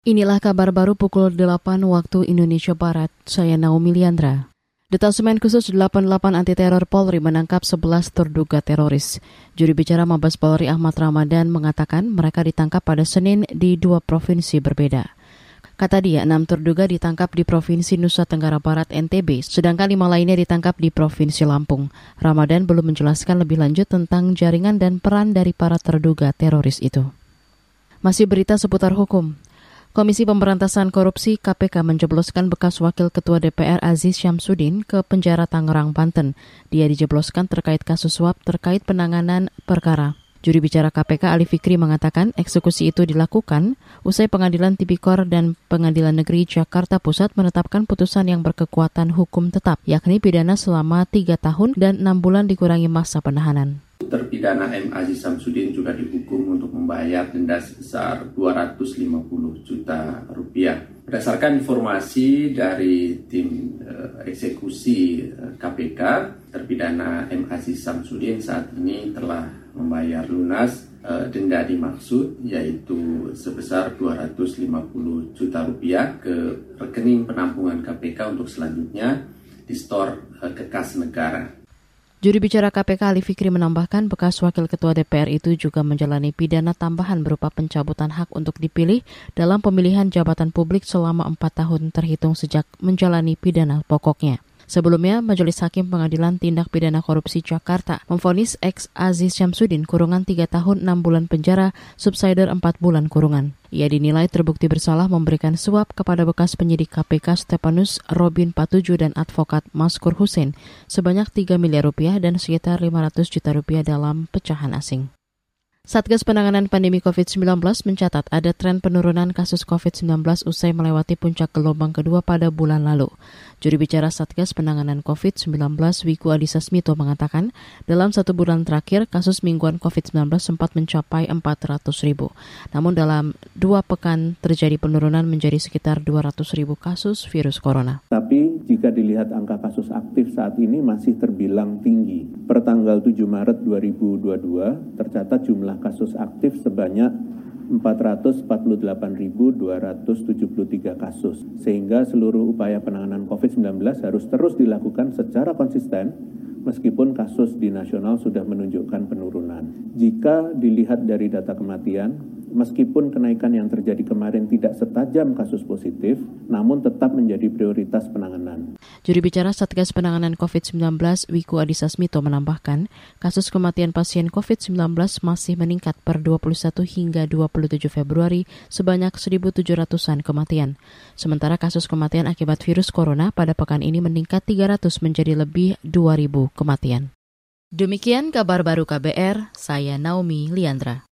Inilah kabar baru pukul 8 waktu Indonesia Barat. Saya Naomi Liandra. Detasemen Khusus 88 Anti Teror Polri menangkap 11 terduga teroris. Juru bicara Mabes Polri Ahmad Ramadan mengatakan mereka ditangkap pada Senin di 2 provinsi berbeda. Kata dia, 6 terduga ditangkap di Provinsi Nusa Tenggara Barat NTB, sedangkan 5 lainnya ditangkap di Provinsi Lampung. Ramadan belum menjelaskan lebih lanjut tentang jaringan dan peran dari para terduga teroris itu. Masih berita seputar hukum. Komisi Pemberantasan Korupsi KPK menjebloskan bekas Wakil Ketua DPR Aziz Syamsuddin ke penjara Tangerang, Banten. Dia dijebloskan terkait kasus suap terkait penanganan perkara. Juru bicara KPK Ali Fikri mengatakan eksekusi itu dilakukan usai Pengadilan Tipikor dan Pengadilan Negeri Jakarta Pusat menetapkan putusan yang berkekuatan hukum tetap, yakni pidana selama 3 tahun dan 6 bulan dikurangi masa penahanan. Terpidana M. Aziz Syamsuddin juga dihukum untuk membayar denda sebesar 250 juta rupiah. Berdasarkan informasi dari tim eksekusi KPK, terpidana M. Aziz Syamsuddin saat ini telah membayar lunas denda dimaksud, yaitu sebesar 250 juta rupiah ke rekening penampungan KPK untuk selanjutnya disetor ke kas negara. Juru bicara KPK Ali Fikri menambahkan bekas Wakil Ketua DPR itu juga menjalani pidana tambahan berupa pencabutan hak untuk dipilih dalam pemilihan jabatan publik selama 4 tahun terhitung sejak menjalani pidana pokoknya. Sebelumnya, Majelis Hakim Pengadilan Tindak Pidana Korupsi Jakarta memvonis ex Aziz Syamsuddin kurungan 3 tahun 6 bulan penjara, subsidiar 4 bulan kurungan. Ia dinilai terbukti bersalah memberikan suap kepada bekas penyidik KPK Stepanus Robin Patuju dan advokat Maskur Hussein sebanyak 3 miliar rupiah dan sekitar 500 juta rupiah dalam pecahan asing. Satgas Penanganan Pandemi COVID-19 mencatat ada tren penurunan kasus COVID-19 usai melewati puncak gelombang kedua pada bulan lalu. Juru bicara Satgas Penanganan COVID-19 Wiku Adhisa Smito mengatakan dalam 1 bulan terakhir kasus mingguan COVID-19 sempat mencapai 400.000. Namun dalam 2 pekan terjadi penurunan menjadi sekitar 200.000 kasus virus corona. Tapi jika dilihat angka kasus aktif saat ini masih terbilang tinggi. Per tanggal 7 Maret 2022 tercatat jumlah kasus aktif sebanyak 448.273 kasus. Sehingga seluruh upaya penanganan COVID-19 harus terus dilakukan secara konsisten meskipun kasus di nasional sudah menunjukkan penurunan. Jika dilihat dari data kematian, meskipun kenaikan yang terjadi kemarin tidak setajam kasus positif, namun tetap menjadi prioritas penanganan. Juru bicara Satgas Penanganan COVID-19 Wiku Adhisa Smito menambahkan, kasus kematian pasien COVID-19 masih meningkat per 21 hingga 27 Februari sebanyak 1.700-an kematian. Sementara kasus kematian akibat virus corona pada pekan ini meningkat 300 menjadi lebih 2.000 kematian. Demikian kabar baru KBR, saya Naomi Liandra.